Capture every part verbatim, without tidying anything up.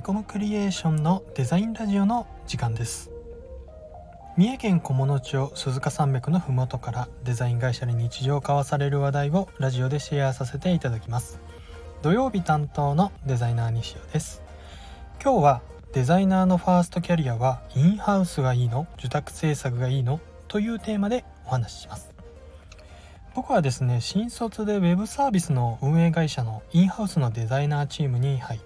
コムクリエーションのデザインラジオの時間です。三重県菰野町鈴鹿山脈のふもとからデザイン会社に日常交わされる話題をラジオでシェアさせていただきます。土曜日担当のデザイナー西尾です。今日はデザイナーのファーストキャリアはインハウスがいいの、受託制作がいいのというテーマでお話しします。僕はですね、新卒でウェブサービスの運営会社のインハウスのデザイナーチームに入って、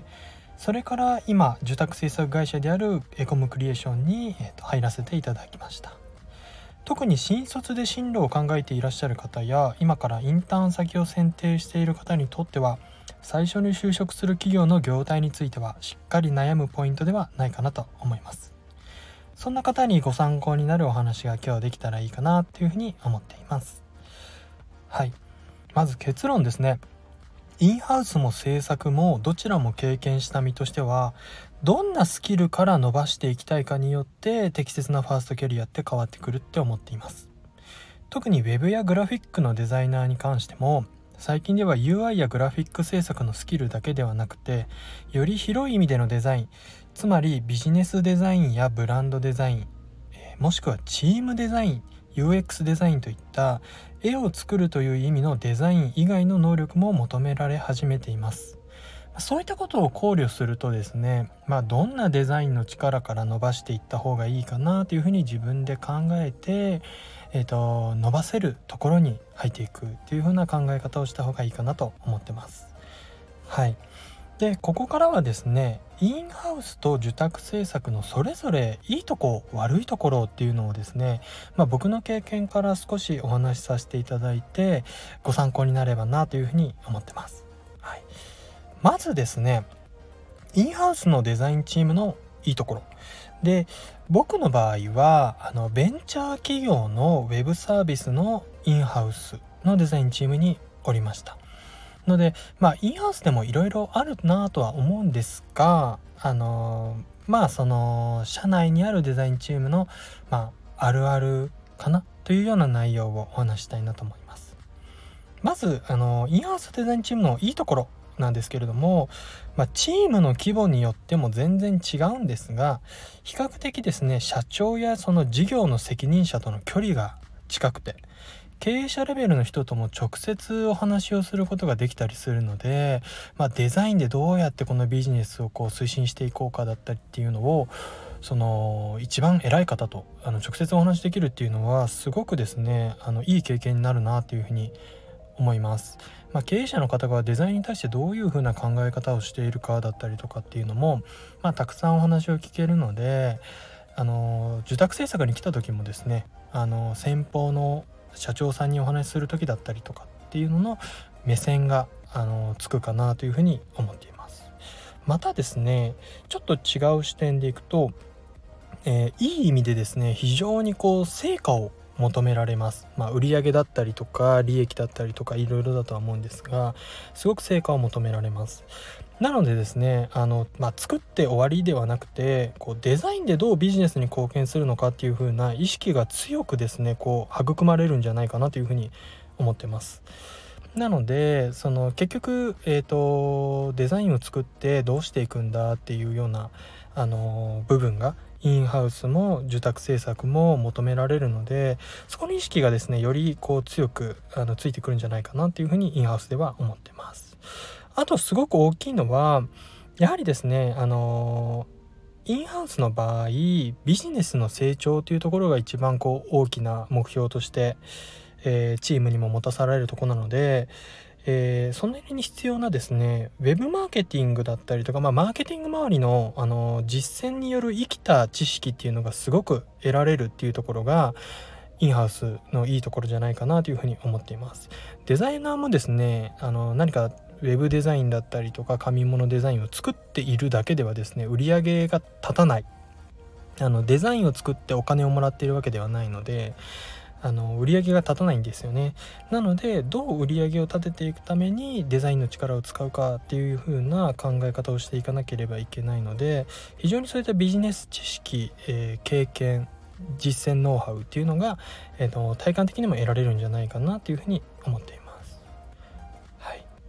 それから今受託制作会社であるエコムクリエーションに、えー、と入らせていただきました。特に新卒で進路を考えていらっしゃる方や、今からインターン先を選定している方にとっては、最初に就職する企業の業態についてはしっかり悩むポイントではないかなと思います。そんな方にご参考になるお話が今日できたらいいかなというふうに思っています。はい、まず結論ですね。インハウスも制作もどちらも経験した身としては、どんなスキルから伸ばしていきたいかによって適切なファーストキャリアって変わってくるって思っています。特にウェブやグラフィックのデザイナーに関しても、最近では ユーアイ やグラフィック制作のスキルだけではなくて、より広い意味でのデザイン、つまりビジネスデザインやブランドデザイン、もしくはチームデザイン、ユーエックス デザインといった絵を作るという意味のデザイン以外の能力も求められ始めています。そういったことを考慮するとですね、まあ、どんなデザインの力から伸ばしていった方がいいかなというふうに自分で考えて、えーと、伸ばせるところに入っていくというふうな考え方をした方がいいかなと思ってます。はい。でここからはですね、インハウスと受託制作のそれぞれいいとこ悪いところっていうのをですね、まあ、僕の経験から少しお話しさせていただいて、ご参考になればなというふうに思ってます。はい、まずですね、インハウスのデザインチームのいいところで、僕の場合はあのベンチャー企業のウェブサービスのインハウスのデザインチームにおりましたので、まあインハウスでもいろいろあるなとは思うんですが、あのまあその社内にあるデザインチームの、まあ、あるあるかなというような内容をお話したいなと思います。まずあのインハウスデザインチームのいいところなんですけれども、まあ、チームの規模によっても全然違うんですが、比較的ですね、社長やその事業の責任者との距離が近くて、経営者レベルの人とも直接お話をすることができたりするので、まあ、デザインでどうやってこのビジネスをこう推進していこうかだったりっていうのを、その一番偉い方とあの直接お話しできるっていうのはすごくですね、あのいい経験になるなというふうに思います。まあ、経営者の方がデザインに対してどういうふうな考え方をしているかだったりとかっていうのも、まあ、たくさんお話を聞けるので、あの受託制作に来た時もですね、あの先方の社長さんにお話しする時だったりとかっていうのの目線があのつくかなというふうに思っています。またですね、ちょっと違う視点でいくと、えー、いい意味でですね、非常にこう成果を求められます。まあ、売上だったりとか利益だったりとかいろいろだとは思うんですが、すごく成果を求められます。なのでですね、あの、まあ、作って終わりではなくて、こうデザインでどうビジネスに貢献するのかっていう風な意識が強くですね、こう育まれるんじゃないかなというふうに思ってます。なのでその結局、えーと、デザインを作ってどうしていくんだっていうようなあの部分がインハウスも受託制作も求められるので、そこの意識がですね、よりこう強くあのついてくるんじゃないかなっていうふうにインハウスでは思ってます。あとすごく大きいのは、やはりですね、あのインハウスの場合ビジネスの成長というところが一番こう大きな目標として、えー、チームにも持たされるところなので、えー、その辺に必要なですね、ウェブマーケティングだったりとか、まあ、マーケティング周りの、あの実践による生きた知識っていうのがすごく得られるっていうところがインハウスのいいところじゃないかなというふうに思っています。デザイナーもですね、あの何かウェブデザインだったりとか紙物デザインを作っているだけではですね、売り上げが立たない、あのデザインを作ってお金をもらっているわけではないので、あの売り上げが立たないんですよね。なのでどう売り上げを立てていくためにデザインの力を使うかっていう風な考え方をしていかなければいけないので、非常にそういったビジネス知識、えー、経験、実践ノウハウっていうのが、えーと、体感的にも得られるんじゃないかなというふうに思っています。はい、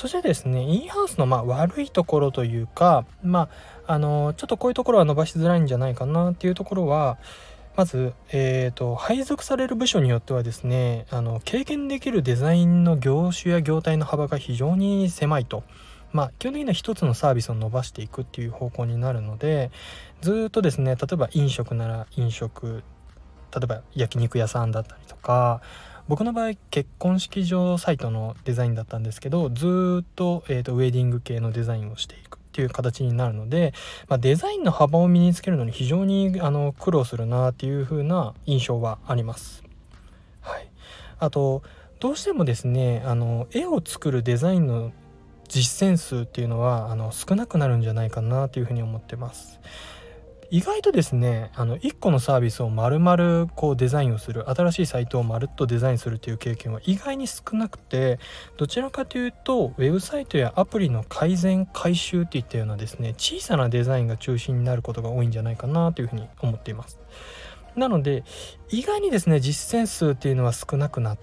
そしてですね、インハウスのまあ悪いところというか、まああのちょっとこういうところは伸ばしづらいんじゃないかなっていうところは、まず、えーと、配属される部署によってはですね、あの経験できるデザインの業種や業態の幅が非常に狭いと。まあ基本的には一つのサービスを伸ばしていくっていう方向になるので、ずっとですね、例えば飲食なら飲食、例えば焼肉屋さんだったりとか、僕の場合結婚式場サイトのデザインだったんですけど、ずっと、えーと、ウェディング系のデザインをしていくっていう形になるので、まあ、デザインの幅を身につけるのに非常にあの苦労するなっていう風な印象はあります。はい、あとどうしてもですね、あの絵を作るデザインの実践数っていうのはあの少なくなるんじゃないかなというふうに思ってます。意外とですね、あのいっこのサービスを丸々こうデザインをする、新しいサイトをまるっとデザインするという経験は意外に少なくて、どちらかというとウェブサイトやアプリの改善改修といったようなですね、小さなデザインが中心になることが多いんじゃないかなというふうに思っています。なので意外にですね、実践数っていうのは少なくなって、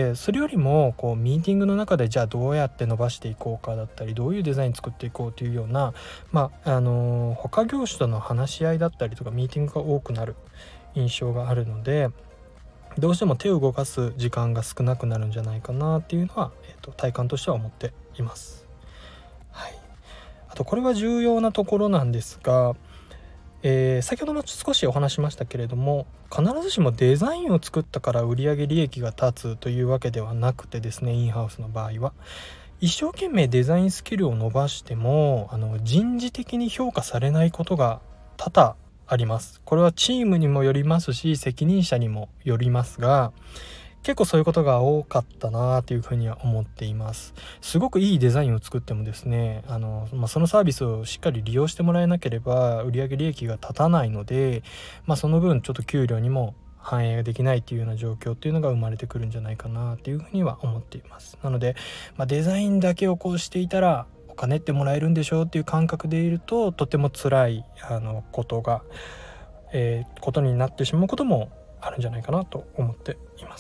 それよりもこうミーティングの中でじゃあどうやって伸ばしていこうかだったり、どういうデザイン作っていこうというような、まああの他業種との話し合いだったりとかミーティングが多くなる印象があるので、どうしても手を動かす時間が少なくなるんじゃないかなっていうのは、えーと、体感としては思っています。はい、あとこれは重要なところなんですが、えー、先ほども少しお話しましたけれども、必ずしもデザインを作ったから売上利益が立つというわけではなくてですね、インハウスの場合は一生懸命デザインスキルを伸ばしてもあの人事的に評価されないことが多々あります。これはチームにもよりますし、責任者にもよりますが、結構そういうことが多かったなというふうには思っています。すごくいいデザインを作ってもですね、あの、まあ、そのサービスをしっかり利用してもらえなければ売上利益が立たないので、まあ、その分ちょっと給料にも反映ができないっていうような状況っていうのが生まれてくるんじゃないかなっていうふうには思っています。なので、まあ、デザインだけをこうしていたらお金ってもらえるんでしょうっていう感覚でいると、とても辛いあのことが、えー、ことになってしまうこともあるんじゃないかなと思っています。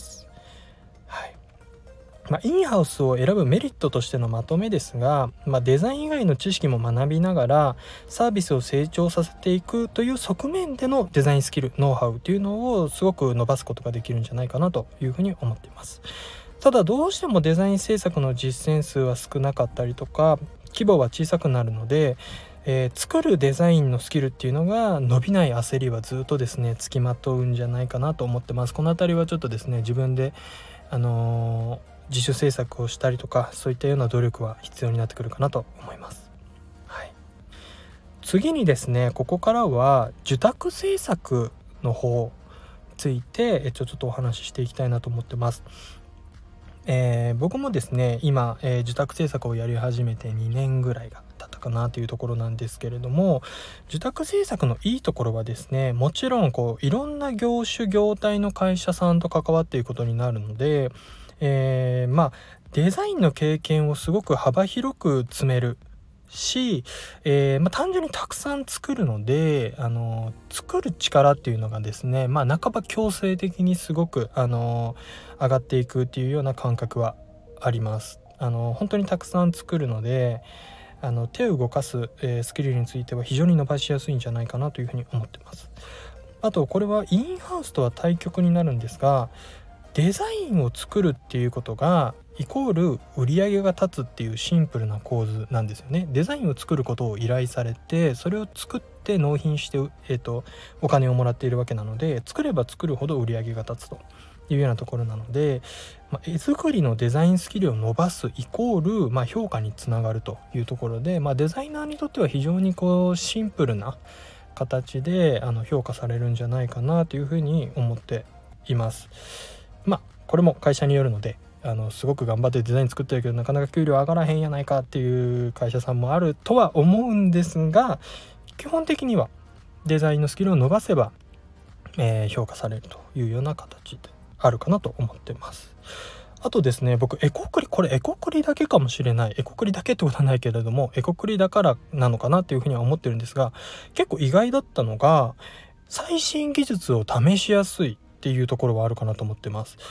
まあ、インハウスを選ぶメリットとしてのまとめですが、まあ、デザイン以外の知識も学びながらサービスを成長させていくという側面でのデザインスキル、ノウハウというのをすごく伸ばすことができるんじゃないかなというふうに思っています。ただどうしてもデザイン制作の実践数は少なかったりとか規模は小さくなるので、えー、作るデザインのスキルっていうのが伸びない焦りはずっとですねつきまとうんじゃないかなと思ってます。このあたりはちょっとですね、自分であのー自主制作をしたりとか、そういったような努力は必要になってくるかなと思います。はい、次にですね、ここからは受託制作の方についてちょっとお話ししていきたいなと思ってます。えー、僕もですね今、えー、受託制作をやり始めてにねんぐらいが経ったかなというところなんですけれども、受託制作のいいところはですね、もちろんこういろんな業種業態の会社さんと関わっていくことになるので、えー、まあデザインの経験をすごく幅広く積めるし、えーまあ、単純にたくさん作るので、あの作る力っていうのがですね、まあ、半ば強制的にすごく、あの上がっていくっていうような感覚はあります。あの本当にたくさん作るので、あの手を動かす、えー、スキルについては非常に伸ばしやすいんじゃないかなというふうに思ってます。あとこれはインハウスとは対極になるんですが、デザインを作るっていうことがイコール売り上げが立つっていうシンプルな構図なんですよね。デザインを作ることを依頼されて、それを作って納品して、えーと、お金をもらっているわけなので、作れば作るほど売り上げが立つというようなところなので、まあ、絵作りのデザインスキルを伸ばすイコール、まあ、評価につながるというところで、まあ、デザイナーにとっては非常にこうシンプルな形であの評価されるんじゃないかなというふうに思っています。まあこれも会社によるので、あのすごく頑張ってデザイン作ってるけどなかなか給料上がらへんやないかっていう会社さんもあるとは思うんですが、基本的にはデザインのスキルを伸ばせば、えー、評価されるというような形であるかなと思ってます。あとですね、僕エコクリ、これエコクリだけかもしれない、エコクリだけってことはないけれども、エコクリだからなのかなっていうふうには思ってるんですが、結構意外だったのが最新技術を試しやすいっていうところはあるかなと思ってます。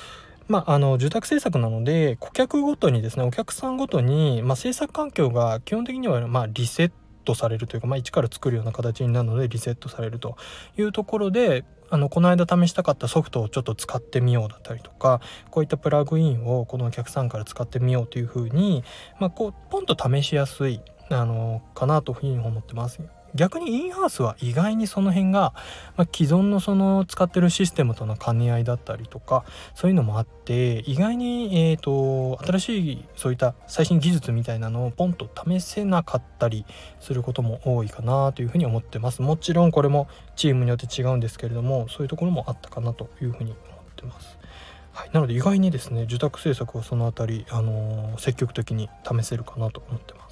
まあ、あの住宅制作なので顧客ごとにですねお客さんごとに、まあ、制作環境が基本的にはまあリセットされるというか、まあ、一から作るような形になるのでリセットされるというところで、あのこの間試したかったソフトをちょっと使ってみようだったりとか、こういったプラグインをこのお客さんから使ってみようというふうに、まあ、こうポンと試しやすいあのかなというふうに思ってます。逆にインハウスは意外にその辺が、まあ、既存のその使ってるシステムとの兼ね合いだったりとかそういうのもあって意外に、えーと、新しいそういった最新技術みたいなのをポンと試せなかったりすることも多いかなというふうに思ってます。もちろんこれもチームによって違うんですけれども、そういうところもあったかなというふうに思ってます。はい、なので意外にですね受託制作はそのあたり、あのー、積極的に試せるかなと思ってます。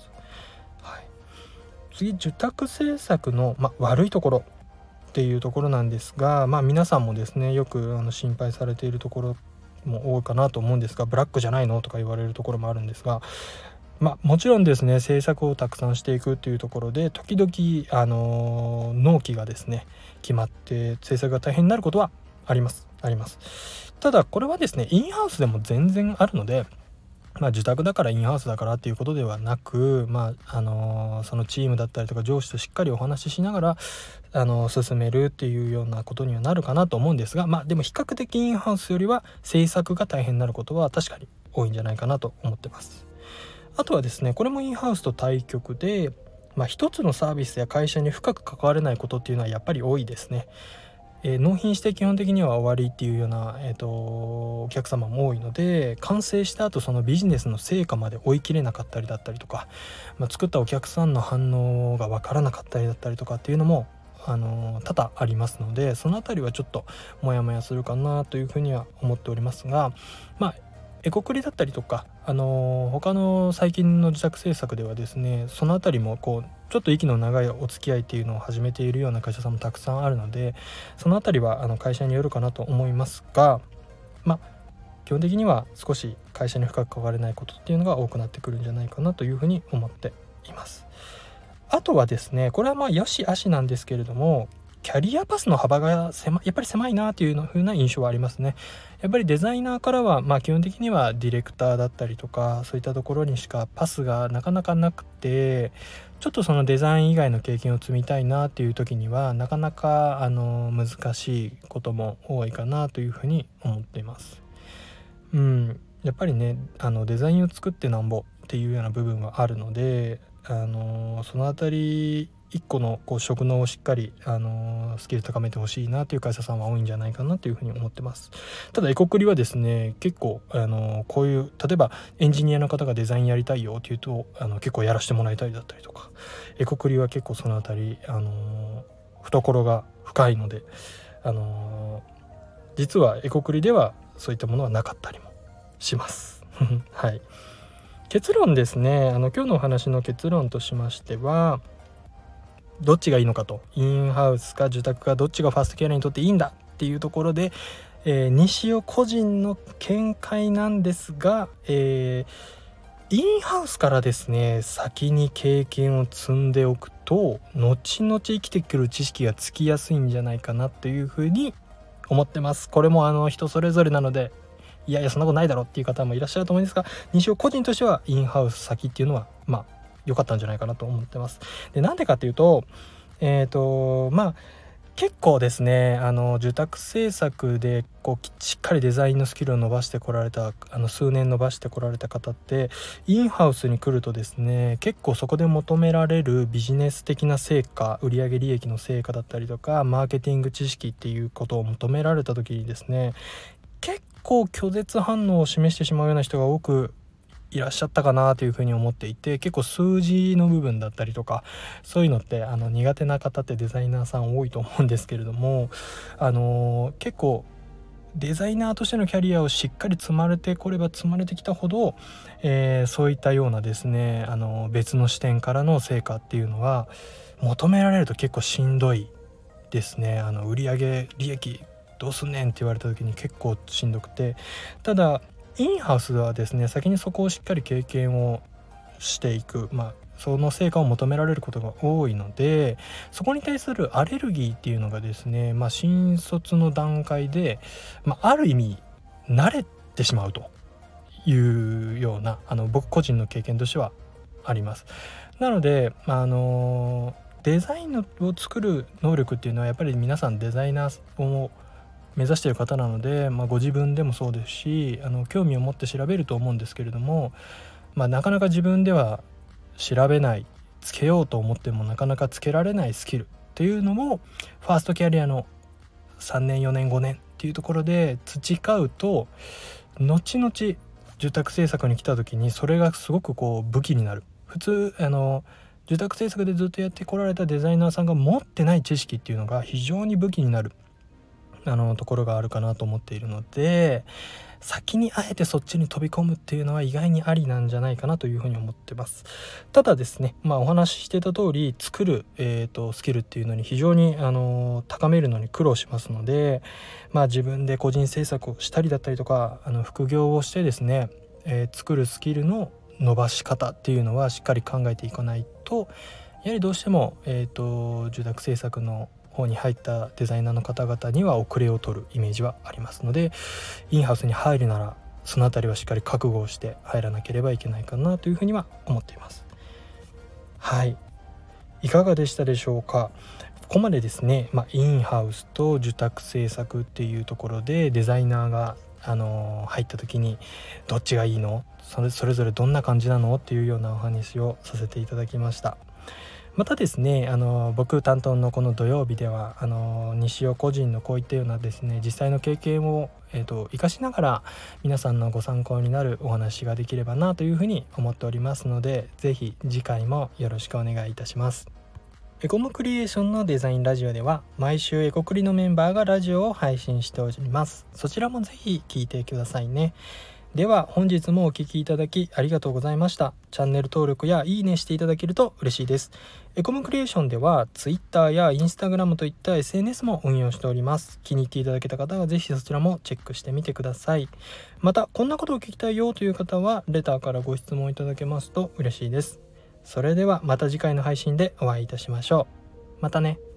次、受託制作の、ま、悪いところっていうところなんですが、まあ、皆さんもですねよくあの心配されているところも多いかなと思うんですが、ブラックじゃないのとか言われるところもあるんですが、まあ、もちろんですね制作をたくさんしていくっていうところで時々、あのー、納期がですね決まって制作が大変になることはありますありますただこれはですねインハウスでも全然あるので、まあ、受託だからインハウスだからっていうことではなく、まああのー、そのチームだったりとか上司としっかりお話ししながら、あのー、進めるっていうようなことにはなるかなと思うんですが、まあでも比較的インハウスよりは制作が大変になることは確かに多いんじゃないかなと思ってます。あとはですねこれもインハウスと対極で、まあ、一つのサービスや会社に深く関われないことっていうのはやっぱり多いですね。えー、納品して基本的には終わりっていうような、えーと、お客様も多いので、完成した後そのビジネスの成果まで追い切れなかったりだったりとか、まあ、作ったお客さんの反応が分からなかったりだったりとかっていうのも、あのー、多々ありますので、そのあたりはちょっとモヤモヤするかなというふうには思っておりますが、まあエコクリだったりとか、あのー、他の最近の自宅制作ではですねそのあたりもこうちょっと息の長いお付き合いっていうのを始めているような会社さんもたくさんあるので、そのあたりはあの会社によるかなと思いますが、まあ基本的には少し会社に深く関われないことっていうのが多くなってくるんじゃないかなというふうに思っています。あとはですねこれはまあよし悪しなんですけれども、キャリアパスの幅が狭やっぱり狭いなという風な印象はありますね。やっぱりデザイナーからはまあ基本的にはディレクターだったりとかそういったところにしかパスがなかなかなくて、ちょっとそのデザイン以外の経験を積みたいなっていう時にはなかなかあの難しいことも多いかなというふうに思っています。うん、やっぱりねあのデザインを作ってなんぼっていうような部分はあるので、あのそのあたり一個のこう職能をしっかり、あのー、スキル高めてほしいなという会社さんは多いんじゃないかなというふうに思ってます。ただエコクリはですね結構、あのー、こういう例えばエンジニアの方がデザインやりたいよっていうとあの結構やらせてもらいたいだったりとか、エコクリは結構そのあたり、あのー、懐が深いので、あのー、実はエコクリではそういったものはなかったりもしますはい。結論ですね、あの今日のお話の結論としましては、どっちがいいのかと、インハウスか受託かどっちがファーストキャリアにとっていいんだっていうところで、えー、西尾個人の見解なんですが、えー、インハウスからですね先に経験を積んでおくと後々生きてくる知識がつきやすいんじゃないかなというふうに思ってます。これもあの人それぞれなので、いやいやそんなことないだろっていう方もいらっしゃると思うんですが、西尾個人としてはインハウス先っていうのはまあ良かったんじゃないかなと思ってます。で、なんでかっていうと、えっとまあ結構ですねあの受託制作でこうしっかりデザインのスキルを伸ばしてこられた、あの数年伸ばしてこられた方ってインハウスに来るとですね結構そこで求められるビジネス的な成果、売上利益の成果だったりとかマーケティング知識っていうことを求められた時にですね結構拒絶反応を示してしまうような人が多くいらっしゃったかなというふうに思っていて、結構数字の部分だったりとかそういうのってあの苦手な方ってデザイナーさん多いと思うんですけれども、あのー、結構デザイナーとしてのキャリアをしっかり積まれてこれば積まれてきたほど、えー、そういったようなですね、あのー、別の視点からの成果っていうのは求められると結構しんどいですね。あの売上利益どうすんねんって言われた時に結構しんどくて、ただインハウスはですね先にそこをしっかり経験をしていく、まあその成果を求められることが多いので、そこに対するアレルギーっていうのがですね、まあ新卒の段階で、まあ、ある意味慣れってしまうというようなあの僕個人の経験としてはあります。なのであのデザインを作る能力っていうのはやっぱり皆さんデザイナーを目指している方なので、まあ、ご自分でもそうですしあの興味を持って調べると思うんですけれども、まあ、なかなか自分では調べないつけようと思ってもなかなかつけられないスキルっていうのもファーストキャリアのさんねんよねんごねんっていうところで培うと後々住宅制作に来た時にそれがすごくこう武器になる。普通あの住宅制作でずっとやってこられたデザイナーさんが持ってない知識っていうのが非常に武器になるあのところがあるかなと思っているので、先にあえてそっちに飛び込むっていうのは意外にありなんじゃないかなというふうに思ってます。ただですね、まあお話ししてた通り作る、えーと、スキルっていうのに非常にあの高めるのに苦労しますので、まあ自分で個人制作をしたりだったりとかあの副業をしてですね、えー、作るスキルの伸ばし方っていうのはしっかり考えていかないと、やはりどうしても、えーと、住宅制作の方に入ったデザイナーの方々には遅れを取るイメージはありますので、インハウスに入るならそのあたりはしっかり覚悟をして入らなければいけないかなというふうには思っています。はい、いかがでしたでしょうか。ここまでですね、まあ、インハウスと受託制作っていうところでデザイナーがあのー、入った時にどっちがいいの、それ、それぞれどんな感じなのっていうようなお話をさせていただきました。またですね、あの僕担当のこの土曜日ではあの西尾個人のこういったようなですね実際の経験を、えーと、生かしながら皆さんのご参考になるお話ができればなというふうに思っておりますので、ぜひ次回もよろしくお願いいたします。エコムクリエーションのデザインラジオでは毎週エコクリのメンバーがラジオを配信しております。そちらもぜひ聞いてくださいね。では本日もお聞きいただきありがとうございました。チャンネル登録やいいねしていただけると嬉しいです。エコムクリエーションでは Twitter や Instagram といった エスエヌエス も運用しております。気に入っていただけた方はぜひそちらもチェックしてみてください。またこんなことを聞きたいよという方はレターからご質問いただけますと嬉しいです。それではまた次回の配信でお会いいたしましょう。またね。